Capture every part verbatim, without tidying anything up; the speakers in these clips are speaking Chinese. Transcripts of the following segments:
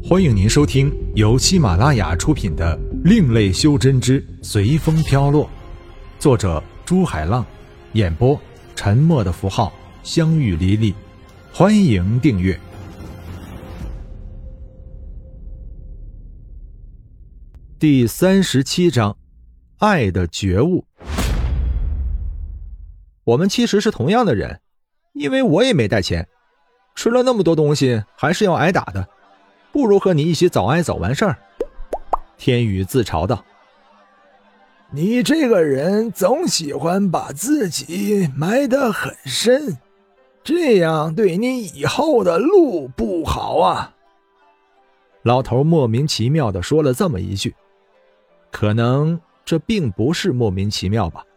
欢迎您收听由喜马拉雅出品的《另类修真之随风飘落》，作者朱海浪，演播沉默的符号，相遇离离。欢迎订阅。第三十七章，爱的觉悟。我们其实是同样的人，因为我也没带钱，吃了那么多东西还是要挨打的，不如和你一起早挨早完事儿。天宇自嘲道： 你这个人总喜欢把自己埋得很深，这样对你以后的路不好啊。 老头莫名其妙地说了这么一句，可能这并不是莫名其妙吧。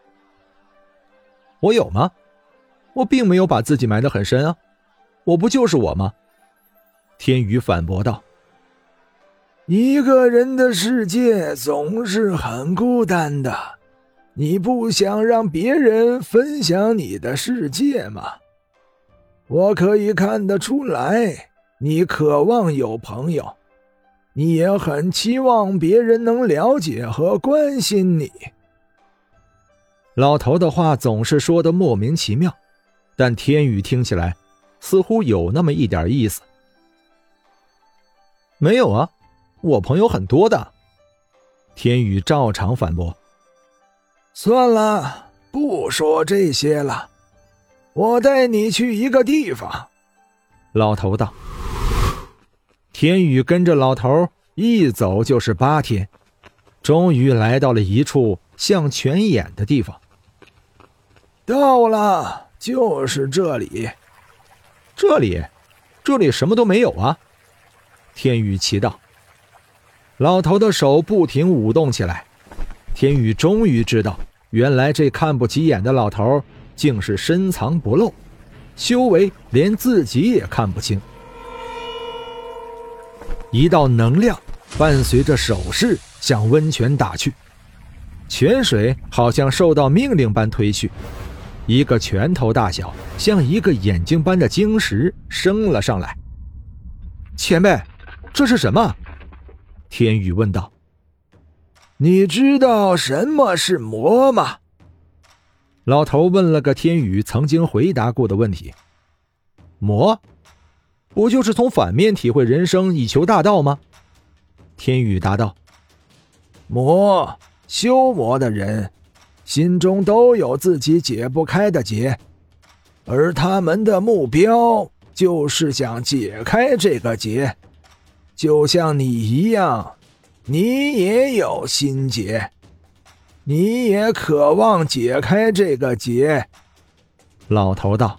我有吗？我并没有把自己埋得很深啊，我不就是我吗？天宇反驳道： 一个人的世界总是很孤单的，你不想让别人分享你的世界吗？我可以看得出来，你渴望有朋友，你也很期望别人能了解和关心你。 老头的话总是说得莫名其妙，但天宇听起来似乎有那么一点意思。没有啊，我朋友很多的。天宇照常反驳。 算了，不说这些了，我带你去一个地方。 老头道。天宇跟着老头一走就是八天，终于来到了一处像泉眼的地方。 到了，就是这里。 这里？这里什么都没有啊。天宇奇道。老头的手不停舞动起来，天宇终于知道，原来这看不起眼的老头竟是深藏不露，修为连自己也看不清。一道能量伴随着手势向温泉打去，泉水好像受到命令般推去，一个拳头大小像一个眼睛般的晶石升了上来。前辈，这是什么？天宇问道。 你知道什么是魔吗？ 老头问了个天宇曾经回答过的问题。魔？不就是从反面体会人生以求大道吗？天宇答道。 魔，修魔的人心中都有自己解不开的结，而他们的目标就是想解开这个结。就像你一样，你也有心结，你也渴望解开这个结。 老头道。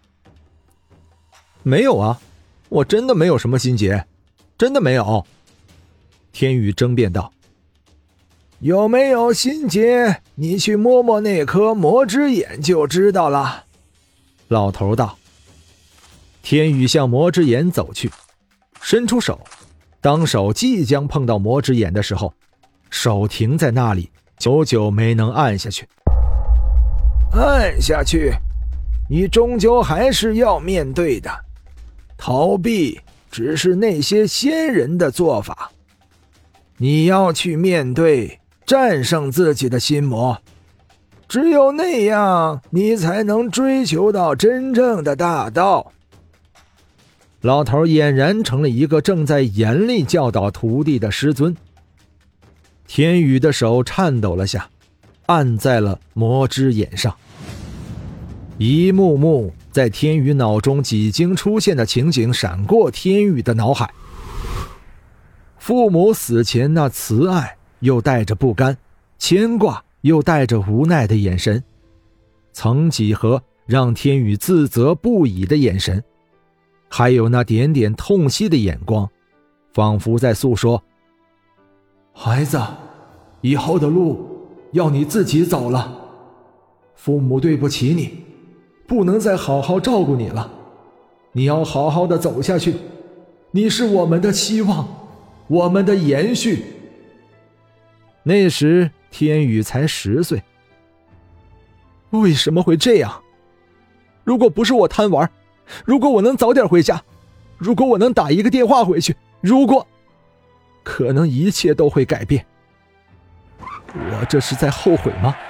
没有啊，我真的没有什么心结，真的没有。天宇争辩道。 有没有心结，你去摸摸那颗魔之眼就知道了。 老头道。天宇向魔之眼走去，伸出手，当手即将碰到魔之眼的时候，手停在那里，久久没能按下去。 按下去，你终究还是要面对的，逃避只是那些先人的做法。你要去面对，战胜自己的心魔，只有那样，你才能追求到真正的大道。 老头俨然成了一个正在严厉教导徒弟的师尊。天宇的手颤抖了下，按在了魔之眼上。一幕幕在天宇脑中几经出现的情景闪过天宇的脑海。父母死前那慈爱又带着不甘，牵挂又带着无奈的眼神，曾几何让天宇自责不已的眼神，还有那点点痛惜的眼光，仿佛在诉说：孩子，以后的路要你自己走了，父母对不起你，不能再好好照顾你了，你要好好的走下去，你是我们的希望，我们的延续。那时天宇才十岁。为什么会这样？如果不是我贪玩，如果我能早点回家，如果我能打一个电话回去， 如果，可能一切都会改变。我这是在后悔吗？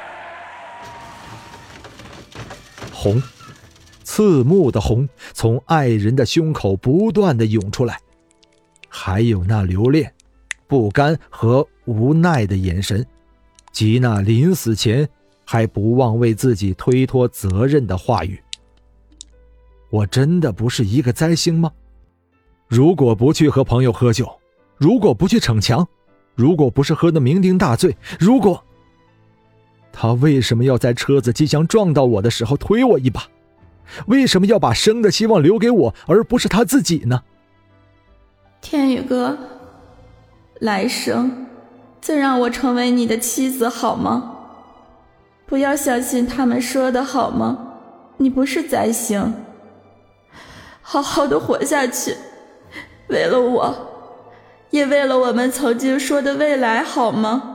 红，刺目的红从爱人的胸口不断地涌出来，还有那留恋、不甘和无奈的眼神，及那临死前还不忘为自己推脱责任的话语。我真的不是一个灾星吗？如果不去和朋友喝酒，如果不去逞强，如果不是喝得酩酊大醉，如果……他为什么要在车子即将撞到我的时候推我一把？为什么要把生的希望留给我，而不是他自己呢？ 天宇哥，来生再让我成为你的妻子好吗？不要相信他们说的好吗？你不是灾星，好好的活下去，为了我，也为了我们曾经说的未来好吗？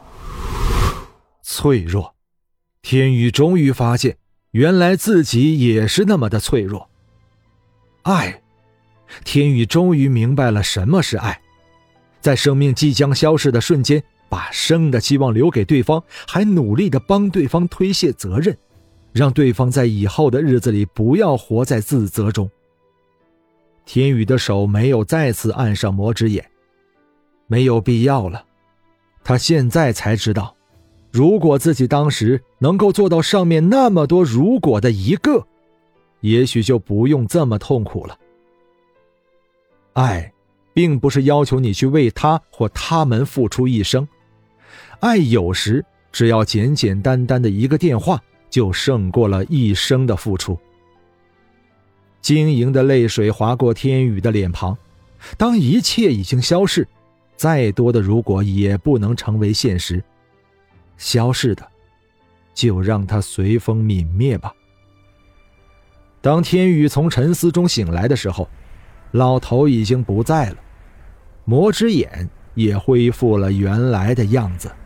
脆弱，天宇终于发现，原来自己也是那么的脆弱。爱，天宇终于明白了什么是爱，在生命即将消逝的瞬间，把生的希望留给对方，还努力地帮对方推卸责任，让对方在以后的日子里不要活在自责中。天宇的手没有再次按上魔之眼，没有必要了。他现在才知道，如果自己当时能够做到上面那么多如果的一个，也许就不用这么痛苦了。爱并不是要求你去为他或他们付出一生，爱有时只要简简单单的一个电话，就胜过了一生的付出。晶莹的泪水划过天宇的脸庞，当一切已经消逝，再多的如果也不能成为现实。消逝的，就让它随风泯灭吧。当天宇从沉思中醒来的时候，老头已经不在了，魔之眼也恢复了原来的样子。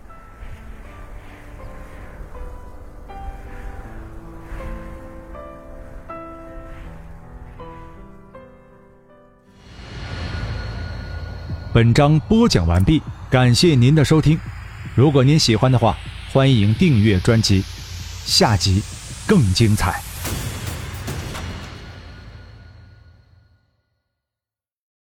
本章播讲完毕，感谢您的收听。如果您喜欢的话，欢迎订阅专辑，下集更精彩。